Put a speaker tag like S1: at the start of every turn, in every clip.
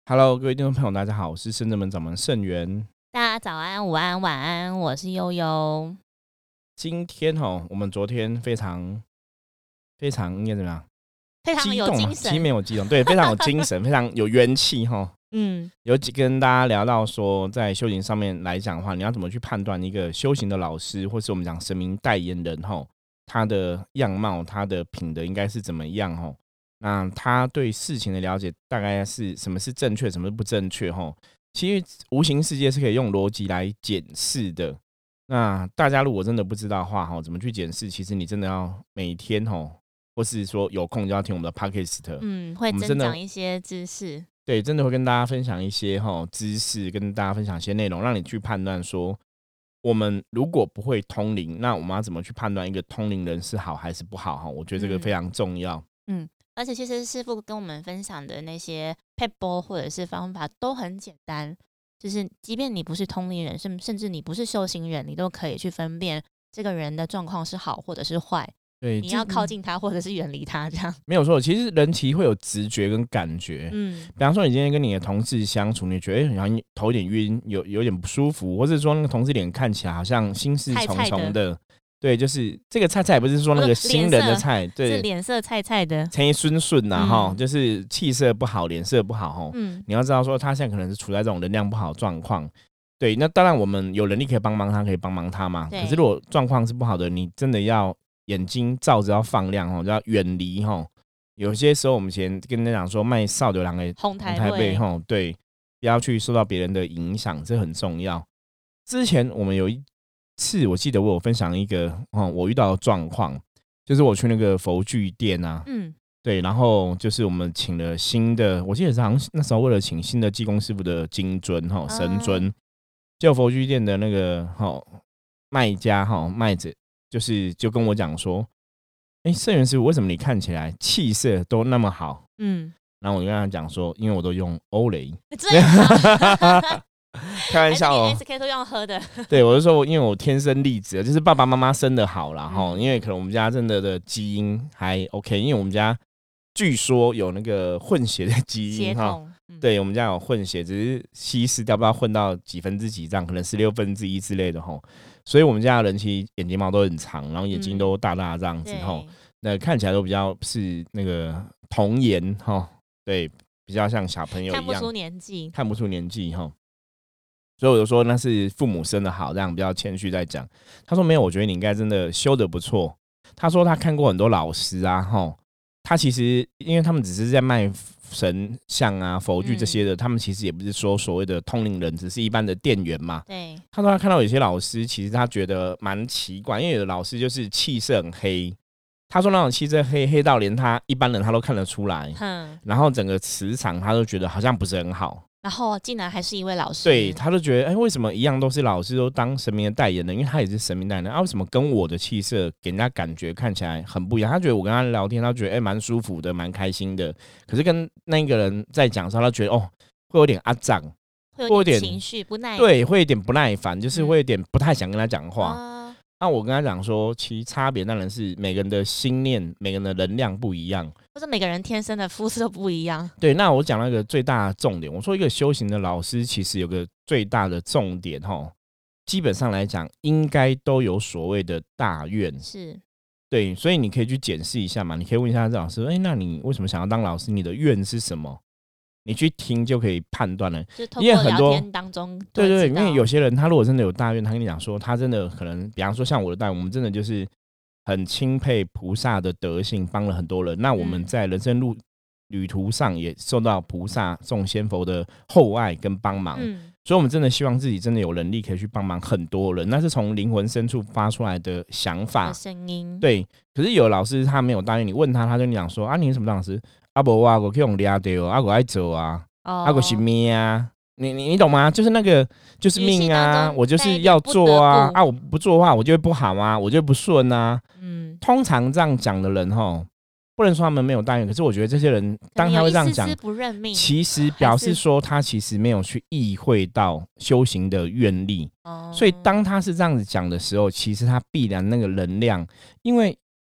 S1: Hello，各位听众朋友，大家好，我是圣真门掌门圣元。
S2: 大家早安、午安、晚安，我是悠悠。
S1: 今天我们昨天非常应该怎么样？
S2: 非常有精神，
S1: 其实没有激动，对，非常有精神，非常有元气有跟大家聊到说，在修行上面来讲的话，你要怎么去判断一个修行的老师，或是我们讲神明代言人他的样貌、他的品德应该是怎么样那他对事情的了解大概是什么是正确，什么是不正确其实无形世界是可以用逻辑来检视的。那大家如果真的不知道的话怎么去检视，其实你真的要每天或是说有空就要听我们的 podcast，
S2: 会增长一些知识。
S1: 对，真的会跟大家分享一些知识，跟大家分享一些内容，让你去判断说，我们如果不会通灵，那我们要怎么去判断一个通灵人是好还是不好我觉得这个非常重要。
S2: 而且其实师父跟我们分享的那些撇步或者是方法都很简单，就是即便你不是通灵人，甚至你不是修行人，你都可以去分辨这个人的状况是好或者是坏。
S1: 对，
S2: 你要靠近他或者是远离他，这样
S1: 没有错。其实人其实会有直觉跟感觉，比方说你今天跟你的同事相处，你觉得好像头有点晕，有点不舒服，或者说那个同事脸看起来好像心事重重的。对，就是这个菜菜不是说那个新人的菜，对，
S2: 是脸色菜菜的，
S1: 陈顺顺就是气色不好，脸色不好你要知道说他现在可能是处在这种能量不好的状况。对，那当然我们有能力可以帮忙他，可以帮忙他嘛。可是如果状况是不好的，你真的要眼睛罩着要放亮就要远离有些时候我们以前跟人家讲说卖扫流人的
S2: 红台背
S1: 对，不要去受到别人的影响，这很重要。之前我们有一次我记得我有分享一个我遇到的状况，就是我去那个佛具店对，然后就是我们请了新的，我记得是好像那时候为了请新的济公师傅的金尊神尊，结果佛具店的那个卖家卖者就跟我讲说，圣元师傅，为什么你看起来气色都那么好？然后我就跟他讲说，因为我都用欧蕾。开玩笑
S2: SK 都用喝的。
S1: 对，我就说，因为我天生丽质，就是爸爸妈妈生得好啦因为可能我们家真的基因还 OK， 因为我们家据说有那个混血的基因对，我们家有混血，只是稀释掉，不知道混到几分之几这样，可能1/16之类的所以我们家的人其实眼睫毛都很长，然后眼睛都大大这样子那看起来都比较是那个童颜对，比较像小朋友一样，
S2: 看不出年纪，
S1: 所以我就说那是父母生的好，这样比较谦虚在讲。他说没有，我觉得你应该真的修得不错。他说他看过很多老师他其实因为他们只是在卖神像啊、佛具这些的，他们其实也不是说所谓的通灵人，只是一般的店员嘛。
S2: 对，
S1: 他说他看到有些老师，其实他觉得蛮奇怪，因为有的老师就是气色很黑。他说那种气色黑到连他一般人他都看得出来，然后整个磁场他都觉得好像不是很好。
S2: 然后竟然还是一位老师，
S1: 对，他就觉得为什么一样都是老师都当神明的代言人，因为他也是神明代言人为什么跟我的气色给人家感觉看起来很不一样？他觉得我跟他聊天，他觉得蛮舒服的，蛮开心的。可是跟那个人在讲的时候，他觉得会有点阿胀，
S2: 会有点情绪不耐，
S1: 对，会有点不耐烦，就是会有点不太想跟他讲话。那我跟他讲说，其实差别当然是每个人的心念、每个人的能量不一样，
S2: 或者每个人天生的肤色都不一样。
S1: 对，那我讲那个最大的重点，我说一个修行的老师其实有个最大的重点基本上来讲应该都有所谓的大愿，
S2: 是
S1: 对，所以你可以去检视一下嘛，你可以问一下这老师，那你为什么想要当老师？你的愿是什么？你去听就可以判断了，
S2: 就通过聊天当中，
S1: 对，因为有些人他如果真的有大愿，他跟你讲说他真的可能，比方说像我的大愿，我们真的就是很钦佩菩萨的德性，帮了很多人。那我们在人生旅途上也受到菩萨众仙佛的厚爱跟帮忙，所以我们真的希望自己真的有能力可以去帮忙很多人，那是从灵魂深处发出来的想法
S2: 声音。
S1: 对，可是有的老师他没有大愿，你问他，他就跟你讲说你是什么老师？不我去用抓到我爱做我是命啊，你懂吗？就是那个就是命啊，我就是要做我不做的话我就会不好我就会不顺通常这样讲的人不能说他们没有大愿，可是我觉得这些人当他会这样讲，
S2: 不认命，
S1: 其实表示说他其实没有去意会到修行的愿力所以当他是这样子讲的时候，其实他必然那个能量，因为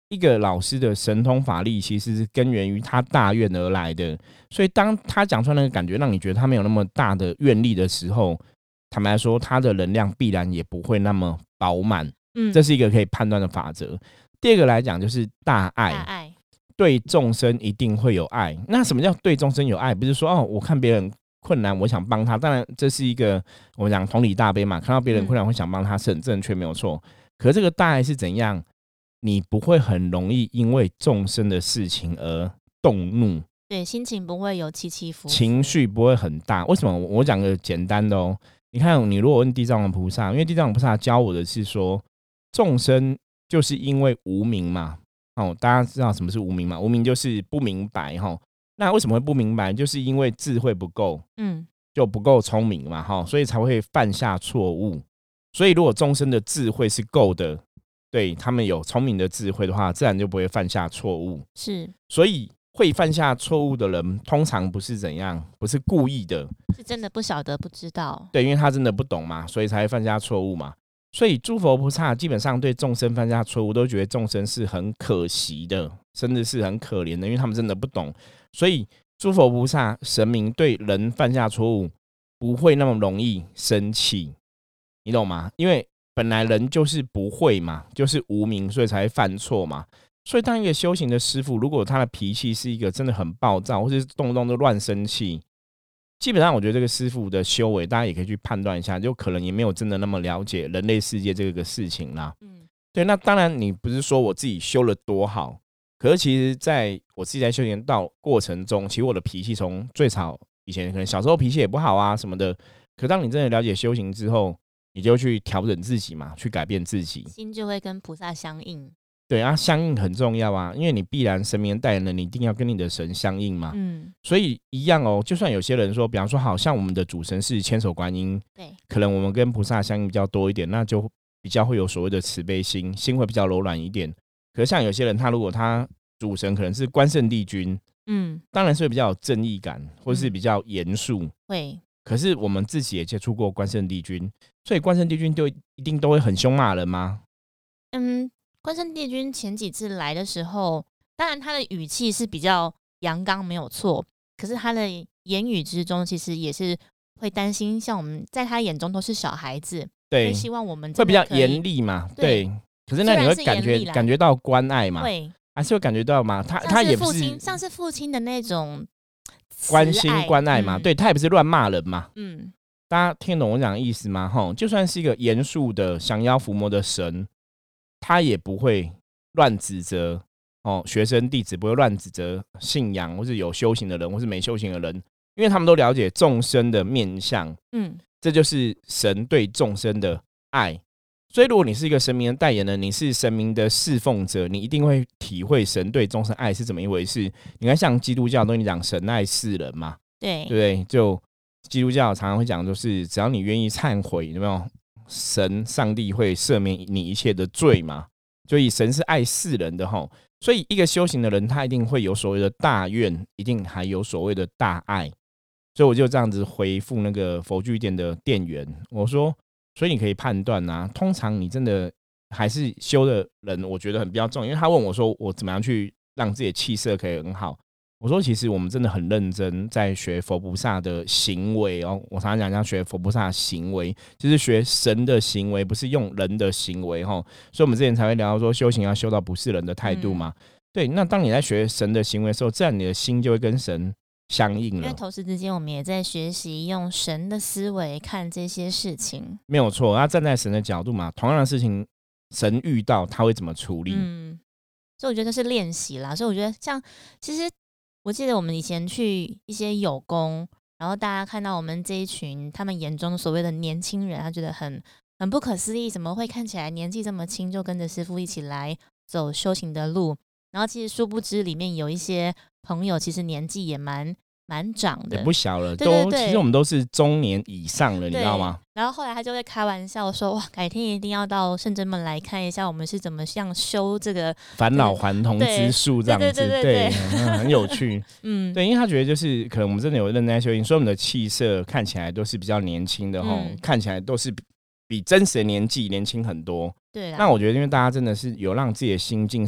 S1: 一个老师的神通法力其实是根源于他大愿而来的，所以当他讲出来那个感觉让你觉得他没有那么大的愿力的时候，坦白说他的能量必然也不会那么饱满，这是一个可以判断的法则。第二个来讲就是大爱，对众生一定会有爱。那什么叫对众生有爱？不是说我看别人困难我想帮他，当然这是一个我们讲同理大悲嘛，看到别人困难会想帮他是很正确没有错，可是这个大爱是怎样？你不会很容易因为众生的事情而动怒，
S2: 对，心情不会有起起伏伏，
S1: 情绪不会很大。为什么？我讲个简单的你看你如果问地藏王菩萨，因为地藏王菩萨教我的是说众生就是因为无明嘛，大家知道什么是无明嘛？无明就是不明白那为什么会不明白？就是因为智慧不够，就不够聪明嘛所以才会犯下错误。所以如果众生的智慧是够的，对他们有聪明的智慧的话，自然就不会犯下错误。
S2: 是，
S1: 所以会犯下错误的人，通常不是怎样，不是故意的，
S2: 是真的不晓得不知道。
S1: 对，因为他真的不懂嘛，所以才会犯下错误嘛。所以诸佛菩萨基本上对众生犯下错误，都觉得众生是很可惜的，甚至是很可怜的，因为他们真的不懂。所以诸佛菩萨神明对人犯下错误，不会那么容易生气，你懂吗？因为本来人就是不会嘛，就是无明，所以才会犯错嘛。所以当一个修行的师父，如果他的脾气是一个真的很暴躁，或是动不动就乱生气，基本上我觉得这个师父的修为大家也可以去判断一下，就可能也没有真的那么了解人类世界这个事情啦。对，那当然你不是说我自己修了多好，可是其实在我自己在修行道过程中，其实我的脾气从最早以前可能小时候脾气也不好啊什么的，可当你真的了解修行之后，你就去调整自己嘛，去改变自己，
S2: 心就会跟菩萨相应。
S1: 对啊，相应很重要啊，因为你必然神明代言人，你一定要跟你的神相应嘛。所以一样就算有些人说，比方说，好像我们的主神是千手观音，
S2: 对，
S1: 可能我们跟菩萨相应比较多一点，那就比较会有所谓的慈悲心，心会比较柔软一点。可是像有些人，他如果他主神可能是关圣帝君，当然是会比较有正义感，或是比较严肃，
S2: 会。
S1: 可是我们自己也接触过关圣帝君，所以关圣帝君就一定都会很凶骂人吗？
S2: 关圣帝君前几次来的时候，当然他的语气是比较阳刚没有错，可是他的言语之中其实也是会担心，像我们在他眼中都是小孩子，
S1: 对，
S2: 希望我们
S1: 会比较严厉嘛，对。可是那你会感觉到关爱嘛？
S2: 会，
S1: 还是会感觉到嘛？他也不是
S2: 像是父亲的那种
S1: 关心关爱嘛，对，他也不是乱骂人嘛。大家听懂我讲的意思吗？就算是一个严肃的降妖伏魔的神，他也不会乱指责学生弟子，不会乱指责信仰或是有修行的人或是没修行的人，因为他们都了解众生的面向，这就是神对众生的爱。所以如果你是一个神明的代言人，你是神明的侍奉者，你一定会体会神对众生爱是怎么一回事。你看像基督教都讲神爱世人嘛，对不对？就基督教常常会讲，就是只要你愿意忏悔，有没有？上帝会赦免你一切的罪嘛？所以神是爱世人的齁。所以一个修行的人，他一定会有所谓的大愿，一定还有所谓的大爱。所以我就这样子回复那个佛具店的店员，我说，所以你可以判断啊，通常你真的还是修的人，我觉得很比较重要。因为他问我说，我怎么样去让自己的气色可以很好？我说，其实我们真的很认真在学佛菩萨的行为我常常讲学佛菩萨的行为，就是学神的行为，不是用人的行为所以我们之前才会聊到说，修行要修到不是人的态度嘛。对，那当你在学神的行为的时候，自然你的心就会跟神相应了。
S2: 因为同时之间，我们也在学习用神的思维看这些事情，
S1: 没有错。要站在神的角度嘛，同样的事情，神遇到他会怎么处理？
S2: 所以我觉得是练习啦。所以我觉得像其实。我记得我们以前去一些友工，然后大家看到我们这一群他们眼中所谓的年轻人，他觉得很不可思议，怎么会看起来年纪这么轻就跟着师父一起来走修行的路？然后其实殊不知里面有一些朋友其实年纪也蛮长的，
S1: 也不小了，
S2: 对对对，
S1: 其实我们都是中年以上了，你知道吗？
S2: 然后后来他就会开玩笑说：“哇，改天一定要到圣真门来看一下，我们是怎么样修这个
S1: 返老还童之术，这样子，对，很有趣。对，因为他觉得就是可能我们真的有认真在修行，所以我们的气色看起来都是比较年轻的看起来都是比真实的年纪年轻很多。对，那我觉得因为大家真的是有让自己的心境是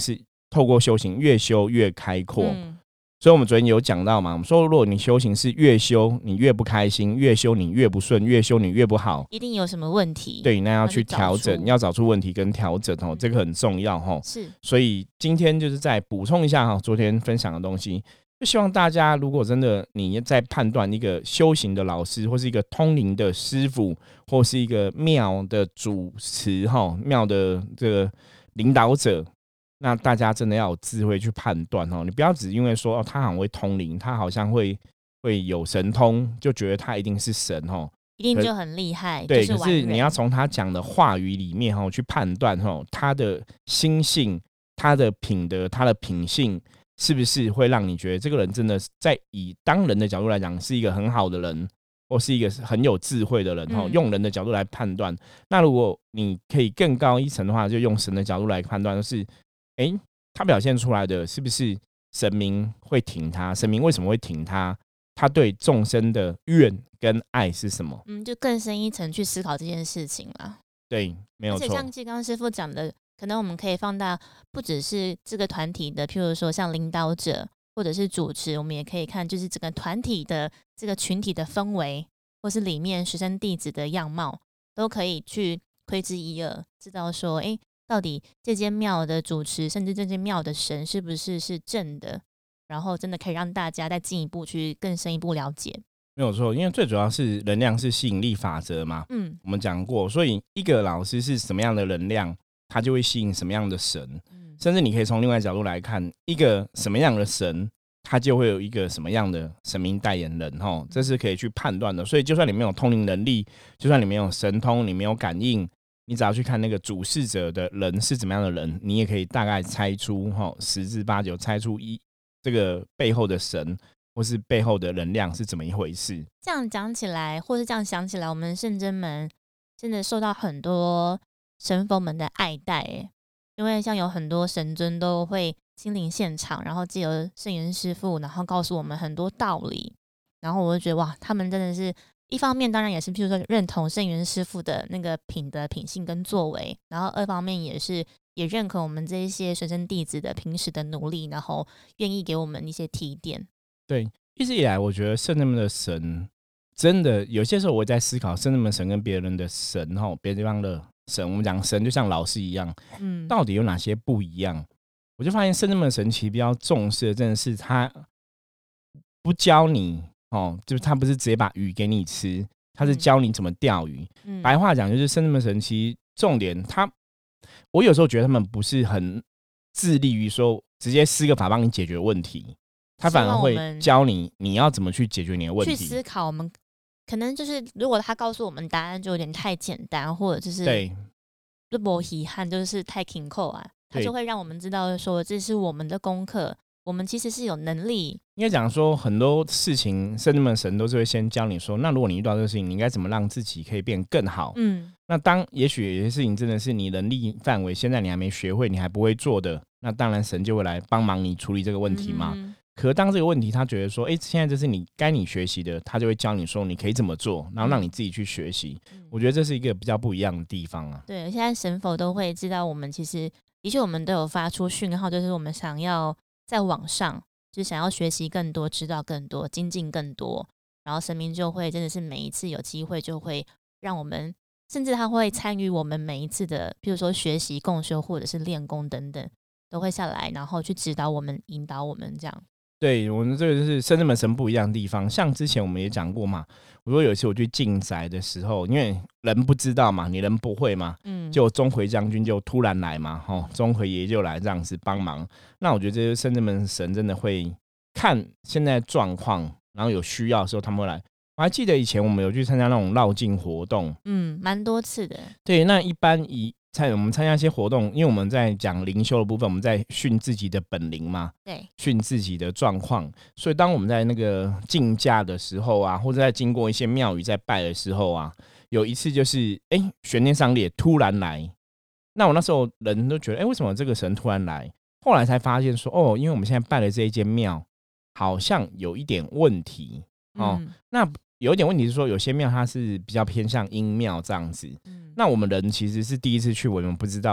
S1: 透过修行越修越开阔。所以我们昨天有讲到嘛，我们说如果你修行是越修你越不开心，越修你越不顺，越修你越不好，
S2: 一定有什么问题。
S1: 对，那要去调整，要找出问题跟调整这个很重要
S2: 是，
S1: 所以今天就是再补充一下昨天分享的东西，就希望大家如果真的你在判断一个修行的老师，或是一个通灵的师傅，或是一个庙的主持庙的这个领导者，那大家真的要有智慧去判断你不要只因为说他好像会通灵，他好像会有神通，就觉得他一定是神
S2: 一定就很厉害。
S1: 对，
S2: 就是
S1: 可是你要从他讲的话语里面去判断他的心性、他的品德、他的品性是不是会让你觉得这个人真的在以当人的角度来讲是一个很好的人，或是一个很有智慧的人用人的角度来判断。那如果你可以更高一层的话，就用神的角度来判断，就是他表现出来的是不是神明会挺他，神明为什么会挺他，他对众生的愿跟爱是什么？
S2: 就更深一层去思考这件事情啦。
S1: 对，没有错。
S2: 而且像刚刚师父讲的，可能我们可以放大不只是这个团体的，譬如说像领导者或者是主持，我们也可以看就是整个团体的这个群体的氛围，或是里面学生弟子的样貌，都可以去窥之一二，知道说到底这间庙的主持，甚至这间庙的神是不是正的，然后真的可以让大家再进一步去更深一步了解。
S1: 没有错，因为最主要是能量是吸引力法则嘛，我们讲过，所以一个老师是什么样的能量，他就会吸引什么样的神，甚至你可以从另外一个角度来看，一个什么样的神，他就会有一个什么样的神明代言人这是可以去判断的。所以就算你没有通灵能力，就算你没有神通，你没有感应，你只要去看那个主事者的人是怎么样的人，你也可以大概猜出十之八九，猜出这个背后的神或是背后的能量是怎么一回事。
S2: 这样讲起来，或是这样想起来，我们圣真门真的受到很多神佛们的爱戴因为像有很多神尊都会亲临现场，然后藉由圣元师父，然后告诉我们很多道理，然后我就觉得哇，他们真的是一方面当然也是譬如说认同圣元师父的那个品德品性跟作为，然后二方面也认可我们这一些学生弟子的平时的努力，然后愿意给我们一些提点。
S1: 对，一直以来我觉得圣人们的神真的有些时候我在思考圣人们神跟别人的神别的地方的神，我们讲神就像老师一样到底有哪些不一样。我就发现圣人们的神其实比较重视的真的是他不教你就是他不是直接把鱼给你吃，他是教你怎么钓鱼白话讲就是圣人们的神其实重点我有时候觉得他们不是很致力于说直接施个法帮你解决问题，他反而会教你要怎么去解决你的问题，
S2: 去思考。我们可能就是如果他告诉我们答案就有点太简单，或者就是
S1: 对
S2: 就没遗憾，就是太紧扣他就会让我们知道说这是我们的功课，我们其实是有能力。
S1: 应该讲说很多事情圣人们神都是会先教你说，那如果你遇到这个事情你应该怎么让自己可以变更好那也许有些事情真的是你能力范围现在你还没学会，你还不会做的，那当然神就会来帮忙你处理这个问题嘛可当这个问题他觉得说现在这是你学习的，他就会教你说你可以怎么做，然后让你自己去学习我觉得这是一个比较不一样的地方
S2: 对，现在神佛都会知道我们其实的确我们都有发出讯号，就是我们想要在网上就是想要学习更多，知道更多，精进更多，然后神明就会真的是每一次有机会就会让我们，甚至他会参与我们每一次的譬如说学习共修或者是练功等等，都会下来然后去指导我们引导我们这样。
S1: 对，我们这个就是圣人们神不一样的地方。像之前我们也讲过嘛，我说有一次我去进宅的时候，因为人不知道嘛，你人不会嘛就钟馗将军就突然来嘛钟馗爷就来这样子帮忙。那我觉得这些圣人们神真的会看现在状况，然后有需要的时候他们会来。我还记得以前我们有去参加那种绕境活动
S2: 蛮多次的。
S1: 对，那一般我们参加一些活动，因为我们在讲灵修的部分，我们在训自己的本灵嘛，
S2: 对，
S1: 训自己的状况。所以当我们在那个竞价的时候或者在经过一些庙宇在拜的时候有一次就是玄天上帝突然来。那我那时候人都觉得为什么这个神突然来？后来才发现说因为我们现在拜的这一间庙好像有一点问题那有一点问题是说有些庙它是比较偏向阴庙这样子那我们人其实是第一次去，我们不知道嘛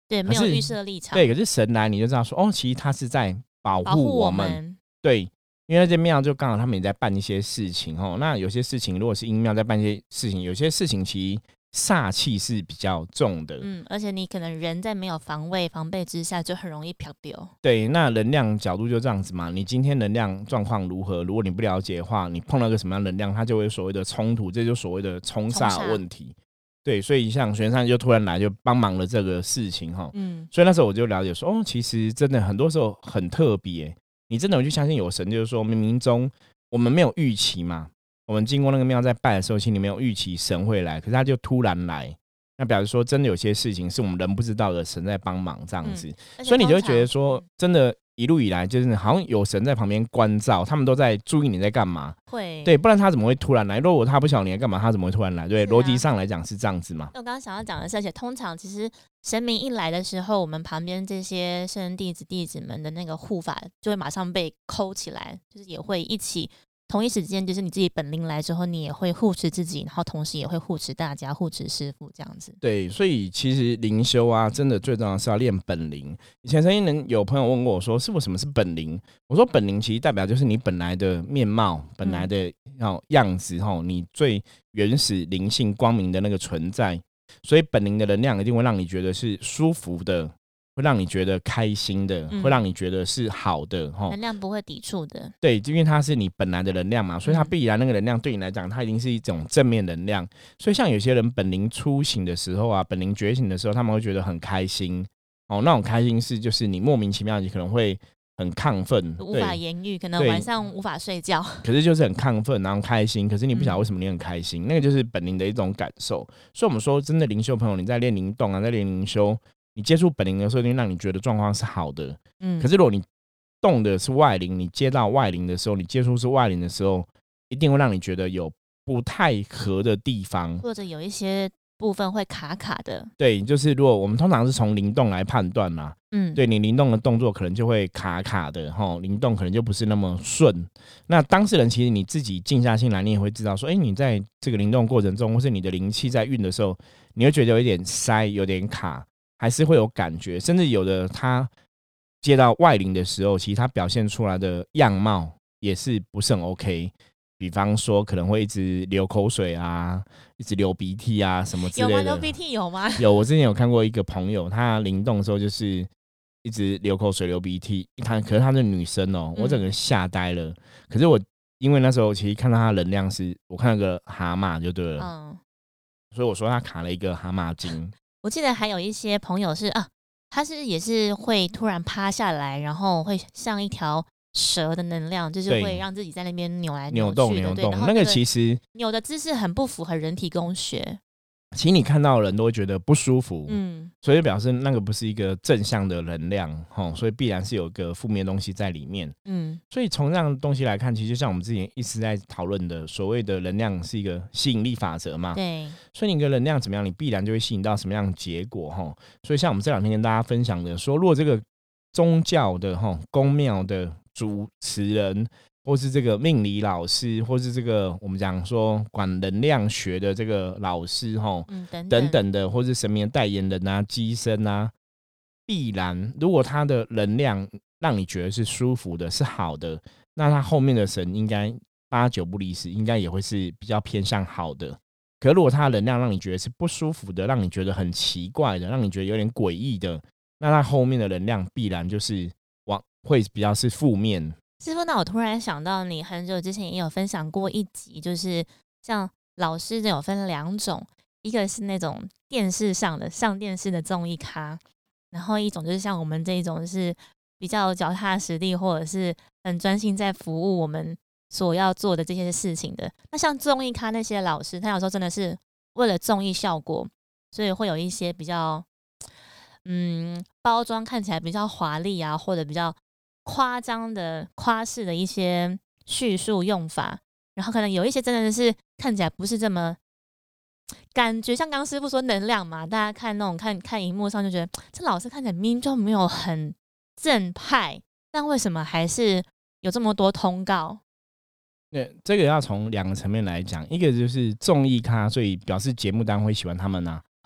S2: 对，没有预设立场。
S1: 对，可是神来你就知道说，其实他是在保护我们。对，因为那间庙就刚好他们也在办一些事情那有些事情如果是阴庙在办一些事情，有些事情其实煞气是比较重的。
S2: 而且你可能人在没有防备之下就很容易飘丢。
S1: 对，那能量角度就这样子嘛，你今天能量状况如何，如果你不了解的话，你碰到个什么样的能量，它就会所谓的冲突，这就所谓的冲煞问题。对，所以像玄奘就突然来就帮忙了这个事情所以那时候我就了解说其实真的很多时候很特别，你真的有去相信有神，就是说冥冥中我们没有预期嘛，我们经过那个庙在拜的时候，心里没有预期神会来，可是他就突然来，那表示说真的有些事情是我们人不知道的，神在帮忙这样子。所以你就会觉得说真的一路以来就是好像有神在旁边关照，他们都在注意你在干嘛。
S2: 会，
S1: 对，不然他怎么会突然来？如果他不晓得你在干嘛，他怎么会突然来？对，逻辑上来讲是这样子嘛。
S2: 我刚刚想要讲的是，而且通常其实神明一来的时候，我们旁边这些圣人弟子们的那个护法就会马上被扣起来，就是也会一起同一时间，就是你自己本灵来之后，你也会护持自己，然后同时也会护持大家，护持师父这样子。
S1: 对，所以其实灵修啊，真的最重要的是要练本灵。以前曾经有朋友问过我说，师父什么是本灵？我说本灵其实代表就是你本来的面貌，本来的样子你最原始灵性光明的那个存在。所以本灵的能量一定会让你觉得是舒服的，会让你觉得开心的，会让你觉得是好的
S2: 能量不会抵触的。
S1: 对，因为它是你本来的能量嘛，所以它必然那个能量对你来讲，它一定是一种正面能量。所以像有些人本灵初醒的时候啊，本灵觉醒的时候，他们会觉得很开心那种开心是就是你莫名其妙你可能会很亢奋，
S2: 无法言喻，可能晚上无法睡觉，
S1: 可是就是很亢奋然后开心，可是你不晓得为什么你很开心，那个就是本灵的一种感受。所以我们说真的灵修朋友，你在练灵动啊，在练灵修，你接触本灵的时候，一定让你觉得状况是好的可是如果你动的是外灵，你接到外灵的时候，你接触是外灵的时候，一定会让你觉得有不太合的地方，
S2: 或者有一些部分会卡卡的。
S1: 对，就是如果我们通常是从灵动来判断嘛对，你灵动的动作可能就会卡卡的灵动可能就不是那么顺。那当事人其实你自己静下心来，你也会知道说你在这个灵动过程中，或是你的灵气在运的时候，你会觉得有点塞，有点卡，还是会有感觉，甚至有的他接到外灵的时候，其实他表现出来的样貌也是不是很 OK。比方说可能会一直流口水啊，一直流鼻涕啊什么之类的。
S2: 有吗？流鼻涕有吗？
S1: 有，我之前有看过一个朋友，他灵动的时候就是一直流口水流鼻涕，可是她是女生我整个人吓呆了。可是我因为那时候其实看到她的能量是，我看到个蛤蟆就对了所以我说她卡了一个蛤蟆精。
S2: 我记得还有一些朋友是他是也是会突然趴下来，然后会像一条蛇的能量，就是会让自己在那边扭来扭去的，对，
S1: 那个其实
S2: 扭的姿势很不符合人体工学。
S1: 其实你看到的人都会觉得不舒服所以表示那个不是一个正向的能量所以必然是有个负面东西在里面所以从这样的东西来看，其实就像我们之前一直在讨论的，所谓的能量是一个吸引力法则嘛，
S2: 对，
S1: 所以你的能量怎么样，你必然就会吸引到什么样的结果所以像我们这两天跟大家分享的说，如果这个宗教的宫庙的主持人，或是这个命理老师，或是这个我们讲说管能量学的这个老师等等的，或是神明的代言人啊、机身啊，必然如果他的能量让你觉得是舒服的、是好的，那他后面的神应该8、9不离10，应该也会是比较偏向好的。可如果他的能量让你觉得是不舒服的，让你觉得很奇怪的，让你觉得有点诡异的，那他后面的能量必然就是会比较是负面。
S2: 师父，那我突然想到，你很久之前也有分享过一集，就是像老师有分2种，一个是那种电视上的上电视的综艺咖，然后一种就是像我们这一种是比较脚踏实地，或者是很专心在服务我们所要做的这些事情的。那像综艺咖那些老师，他有时候真的是为了综艺效果，所以会有一些比较包装看起来比较华丽啊，或者比较夸张的夸饰的一些叙述用法，然后可能有一些真的是看起来不是这么感觉，像刚师父说能量嘛，大家看那种看荧幕上就觉得这老师看起来明明就没有很正派，但为什么还是有这么多通告？
S1: 对，这个要从2个层面来讲，一个就是综艺咖，所以表示节目单会喜欢他们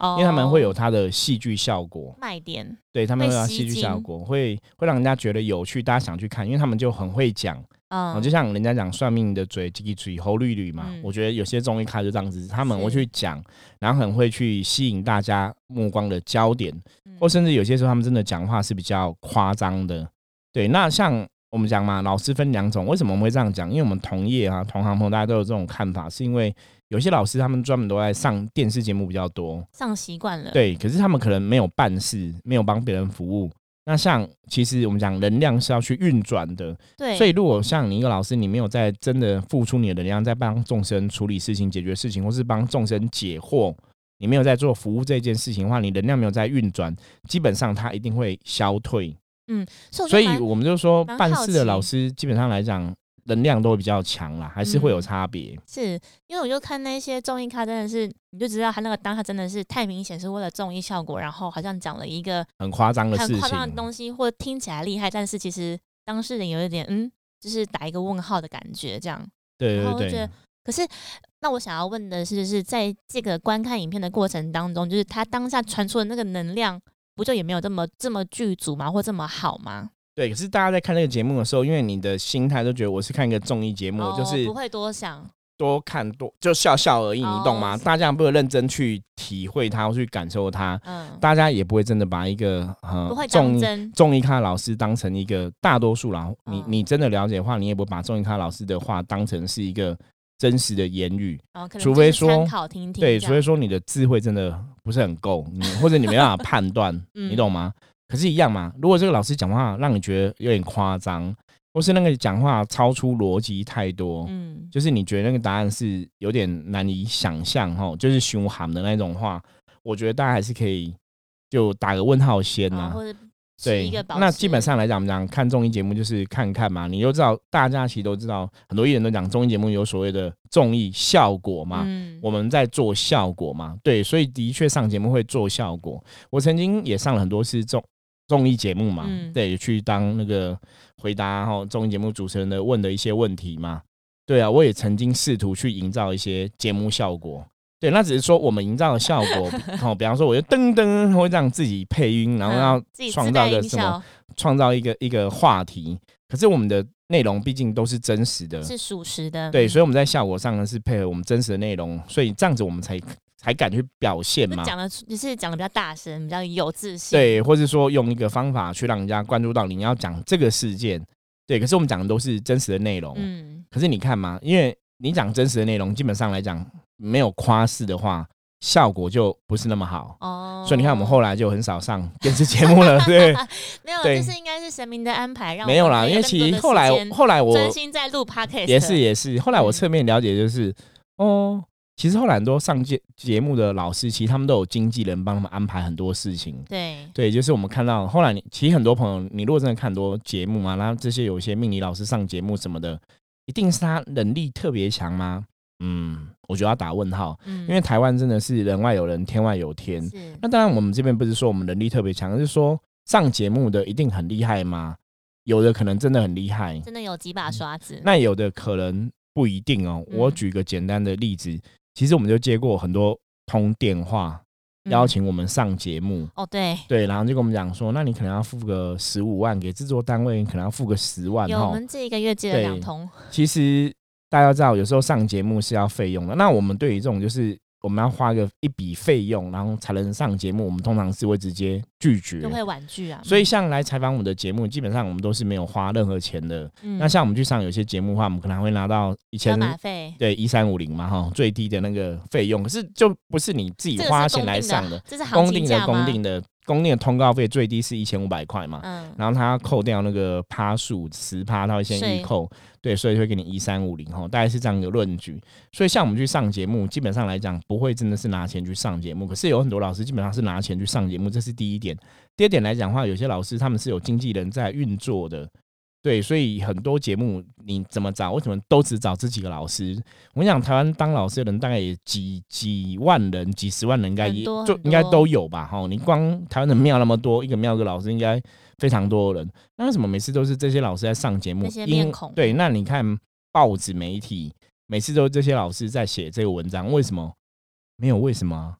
S1: 因为他们会有他的戏剧效果
S2: 卖点，
S1: 对，他们会有戏剧效果，会让人家觉得有趣，大家想去看，因为他们就很会讲。就像人家讲算命的嘴这个嘴猴绿绿嘛，我觉得有些综艺咖就这样子，他们会去讲，然后很会去吸引大家目光的焦点，或甚至有些时候他们真的讲话是比较夸张的。对，那像我们讲嘛，老师分2种，为什么我们会这样讲？因为我们同业啊、同行朋友大家都有这种看法，是因为有些老师他们专门都在上电视节目比较多，
S2: 上习惯了。对，
S1: 可是他们可能没有办事，没有帮别人服务。那像其实我们讲能量是要去运转的，
S2: 对，
S1: 所以如果像你一个老师，你没有在真的付出你的能量，在帮众生处理事情、解决事情，或是帮众生解惑，你没有在做服务这件事情的话，你能量没有在运转，基本上它一定会消退。所以我们就说办事的老师基本上来讲能量都会比较强啦，还是会有差别。
S2: 是因为我就看那些综艺咖，真的是你就知道他那个当下真的是太明显是为了综艺效果，然后好像讲了一个
S1: 很夸张的事情、
S2: 很夸张的东西，或者听起来厉害，但是其实当事人有一点就是打一个问号的感觉，这样。
S1: 对对对。
S2: 然后我就觉得，可是那我想要问的是，就是在这个观看影片的过程当中，就是他当下传出的那个能量，不就也没有这么具足吗？或这么好吗？
S1: 对，可是大家在看这个节目的时候，因为你的心态都觉得我是看一个综艺节目，就是
S2: 不会多想、
S1: 多看就笑笑而已，你懂吗？大家不会认真去体会它，或去感受它。大家也不会真的把一个综艺咖老师当成一个大多数啦。你真的了解的话，你也不会把综艺咖老师的话当成是一个真实的言语，除非说
S2: 参考听听，
S1: 对，除非说你的智慧真的不是很够，或者你没办法判断，你懂吗？可是，一样嘛。如果这个老师讲话让你觉得有点夸张，或是那个讲话超出逻辑太多，就是你觉得那个答案是有点难以想象，就是凶悍的那种话，我觉得大家还是可以就打个问号先啊。对，那基本上来讲，我们讲看综艺节目就是看看嘛，你就知道，大家其实都知道，很多艺人都讲综艺节目有所谓的综艺效果嘛，我们在做效果嘛，对，所以的确上节目会做效果。我曾经也上了很多次综艺节目嘛，对，去当那个回答综艺节目主持人的问的一些问题嘛，对啊，我也曾经试图去营造一些节目效果。对，那只是说我们营造的效果，比方说我就噔噔会让自己配音，然后要创造一个什么，创造一个话题。可是我们的内容毕竟都是真实的，
S2: 是属实的，
S1: 对，所以我们在效果上呢是配合我们真实的内容，所以这样子我们才敢去表现嘛。
S2: 就是讲的比较大声，比较有自信，
S1: 对，或是说用一个方法去让人家关注到你要讲这个事件，对。可是我们讲的都是真实的内容，可是你看嘛，因为你讲真实的内容，基本上来讲。没有夸饰的话，效果就不是那么好所以你看，我们后来就很少上电视节目了，对，
S2: 没有，这是应该是神明的安排，让
S1: 没有啦，因为其实后来我
S2: 专心在录 podcast，
S1: 也是，后来我侧面了解就是其实后来很多上节目的老师，其实他们都有经纪人帮他们安排很多事情，对，就是我们看到后来其实很多朋友，你如果真的看很多节目嘛，然后这些有一些命理老师上节目什么的，一定是他能力特别强吗？我觉得要打问号，因为台湾真的是人外有人，天外有天。那当然，我们这边不是说我们能力特别强，而是说上节目的一定很厉害吗？有的可能真的很厉害，
S2: 真的有几把刷子。
S1: 那有的可能不一定哦。我举个简单的例子，其实我们就接过很多通电话，邀请我们上节目。对，然后就跟我们讲说，那你可能要付个15万给制作单位，你可能要付个10万。
S2: 我们这一个月接了2通。
S1: 其实。大家知道，有时候上节目是要费用的。那我们对于这种就是我们要花一笔费用，然后才能上节目，我们通常是会直接拒绝，
S2: 就会婉拒啊。
S1: 所以像来采访我们的节目，基本上我们都是没有花任何钱的。那像我们去上有些节目的话，我们可能还会拿到
S2: 马费，
S1: 对，1350嘛，最低的那个费用。可是就不是你自己花钱来上的，
S2: 这是公定的
S1: 公定的通告费最低是1500块嘛，然后他要扣掉那个趴数10%，他会先预扣，对，所以会给你1350，大概是这样一个论据。所以像我们去上节目，基本上来讲不会真的是拿钱去上节目，可是有很多老师基本上是拿钱去上节目，这是第一点。第二点来讲的话，有些老师他们是有经纪人在运作的。对，所以很多节目你怎么找？为什么都只找这几个老师？我跟你讲，台湾当老师的人大概也几万人、几十万人，应该都有吧？你光台湾的庙那么多，一个庙一个老师，应该非常多人。那为什么每次都是这些老师在上节目？
S2: 那些面孔。
S1: 对，那你看报纸媒体每次都是这些老师在写这个文章，为什么？没有为什么？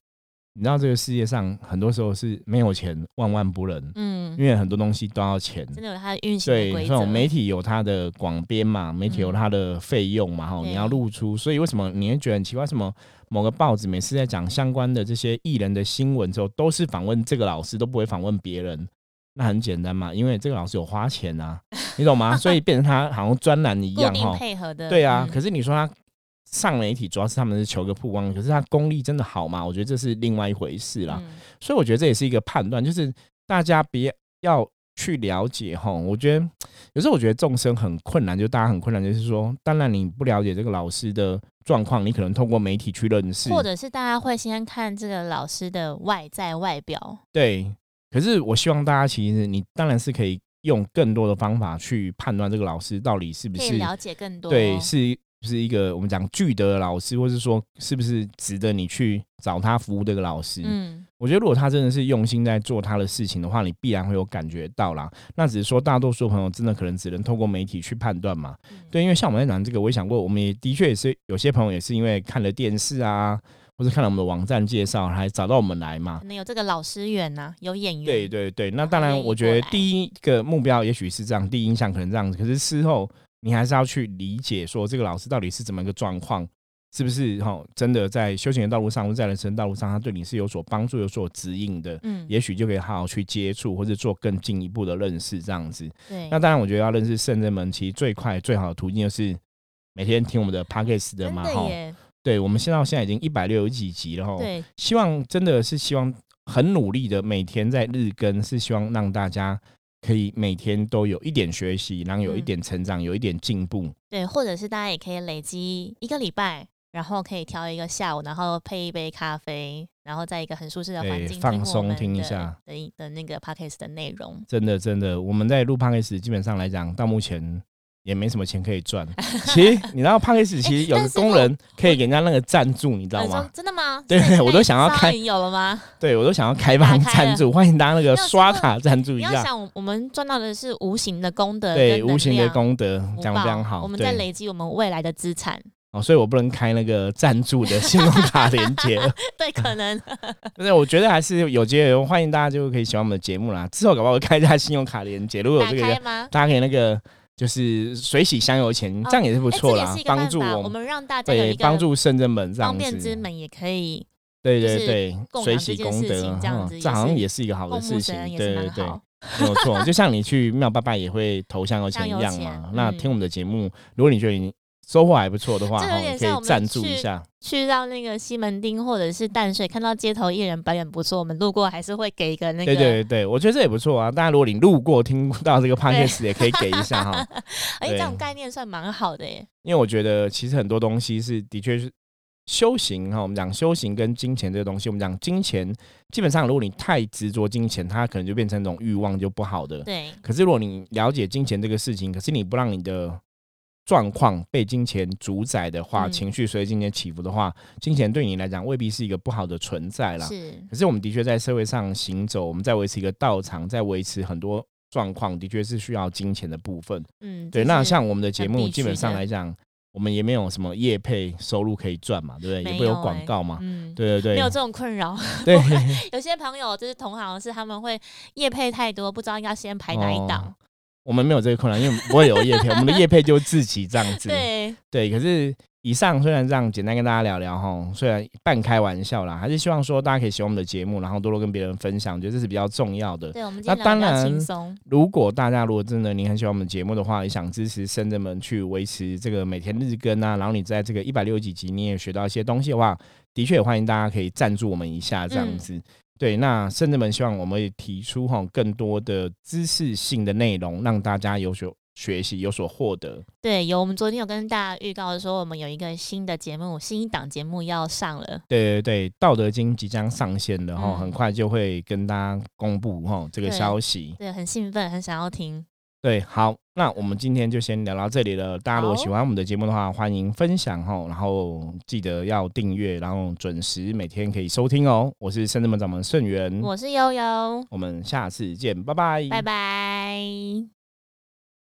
S1: 你知道这个世界上很多时候是没有钱万万不能，因为很多东西都要钱，
S2: 真的有它的运行的规则。
S1: 对，这种媒体有它的广编嘛，媒体有它的费用嘛，你要露出，所以为什么你会觉得很奇怪？为什么某个报纸每次在讲相关的这些艺人的新闻之后，都是访问这个老师，都不会访问别人？那很简单嘛，因为这个老师有花钱啊，你懂吗？所以变成他好像专栏一样，
S2: 固定配合的。
S1: 对啊，可是你说他上媒体，主要是他们是求个曝光，可是他功力真的好吗？我觉得这是另外一回事啦。所以我觉得这也是一个判断，就是大家别要去了解齁。我觉得有时候我觉得众生很困难，就大家很困难，就是说，当然你不了解这个老师的状况，你可能透过媒体去认识，
S2: 或者是大家会先看这个老师的外在外表。
S1: 对，可是我希望大家其实你当然是可以用更多的方法去判断这个老师到底是不是
S2: 可以了解更多，
S1: 对，是一个我们讲具德的老师，或是说是不是值得你去找他服务这个老师。我觉得如果他真的是用心在做他的事情的话，你必然会有感觉到啦。那只是说大多数朋友真的可能只能透过媒体去判断嘛。对，因为像我们在讲这个，我也想过，我们也的确也是有些朋友也是因为看了电视啊，或是看了我们的网站介绍，还找到我们来嘛。
S2: 可能有这个老师缘啊，有演员。
S1: 对对对，那当然，我觉得第一个目标也许是这样，第一印象可能这样子，可是事后你还是要去理解说这个老师到底是怎么一个状况，是不是真的在修行的道路上或在人生的道路上，他对你是有所帮助、有所指引的。也许就可以好好去接触，或者做更进一步的认识，这样子。
S2: 对，
S1: 那当然，我觉得要认识圣真门，其实最快最好的途径就是每天听我们的 Podcast 的嘛。
S2: 真的耶，
S1: 对，我们现在已经160几集了。
S2: 对，
S1: 希望真的是希望很努力的每天在日更，是希望让大家可以每天都有一点学习，然后有一点成长，有一点进步。
S2: 对，或者是大家也可以累积1个礼拜，然后可以挑一个下午，然后配一杯咖啡，然后在一个很舒适的环境
S1: 放松听一下
S2: 的那个 podcast 的内容。
S1: 真的，我们在录 podcast 基本上来讲，到目前也没什么钱可以赚。其实你知道 podcast 其实有个功能可以给人家那个赞助，你知道吗？
S2: 真的吗？
S1: 对，我都想要开，
S2: 有了吗？
S1: 对，我都想要开放赞助，欢迎大家那个刷卡赞助一下。
S2: 你要想，我们赚到的是无形的功德，
S1: 对，无形的功德，讲得非常好。
S2: 我们在累积我们未来的资产。
S1: 所以我不能开那个赞助的信用卡连结。
S2: 对，可能。
S1: 但是我觉得还是有机会，欢迎大家就可以喜欢我们的节目啦。之后搞不好会开一下信用卡连结，如果有这个，大家可以那个就是水洗香油钱，这样也是不错啦，帮助
S2: 我们让大家有一个
S1: 帮助圣真门这样子，
S2: 方便之门也可以。
S1: 对，水洗功德，这好像也是一个好的事情。对，没有错。就像你去庙拜拜也会投香油钱一样嘛。那听我们的节目，如果你觉得你收获还不错的话，可以赞助一下。
S2: 去到那个西门町或者是淡水，看到街头艺人表演不错，我们路过还是会给一个那个。对，
S1: 我觉得这也不错啊。当然，如果你路过听到这个 podcast 也可以给一下哈。
S2: 这种概念算蛮好的耶。
S1: 因为我觉得其实很多东西是的确是修行哈。我们讲修行跟金钱这个东西，我们讲金钱，基本上如果你太执着金钱，它可能就变成一种欲望，就不好的。
S2: 对。
S1: 可是如果你了解金钱这个事情，可是你不让你的状况被金钱主宰的话，情绪随着金钱起伏的话，金钱对你来讲未必是一个不好的存在啦。可是我们的确在社会上行走，我们在维持一个道场，在维持很多状况，的确是需要金钱的部分。对。那像我们的节目，基本上来讲，我们也没有什么业配收入可以赚嘛，对不对？也不会有广告嘛。对，
S2: 没有这种困扰。
S1: 对，
S2: 有些朋友就是同行是他们会业配太多，不知道要先排哪一档。
S1: 我们没有这个困难，因为不会有业配，我们的业配就自己这样子。
S2: 对，
S1: 可是以上虽然这样简单跟大家聊聊哈，虽然半开玩笑啦，还是希望说大家可以喜欢我们的节目，然后多多跟别人分享，我觉得这是比较重要的。
S2: 对，我们今天聊得比较轻松。
S1: 如果大家真的你很喜欢我们节目的话，也想支持圣真门去维持这个每天日更啊，然后你在这个160几集你也学到一些东西的话，的确也欢迎大家可以赞助我们一下这样子。对，那圣真门希望我们会提出更多的知识性的内容，让大家有所学习，有所获得。
S2: 对，我们昨天有跟大家预告说，我们有一个新的节目，新一档节目要上了。
S1: 对，道德经即将上线了，很快就会跟大家公布这个消息。
S2: 对，很兴奋，很想要听。
S1: 对，好，那我们今天就先聊到这里了。大家如果喜欢我们的节目的话，欢迎分享然后记得要订阅，然后准时每天可以收听哦。我是圣真门掌门盛元，
S2: 我是悠悠，
S1: 我们下次见，拜拜，
S2: 拜拜。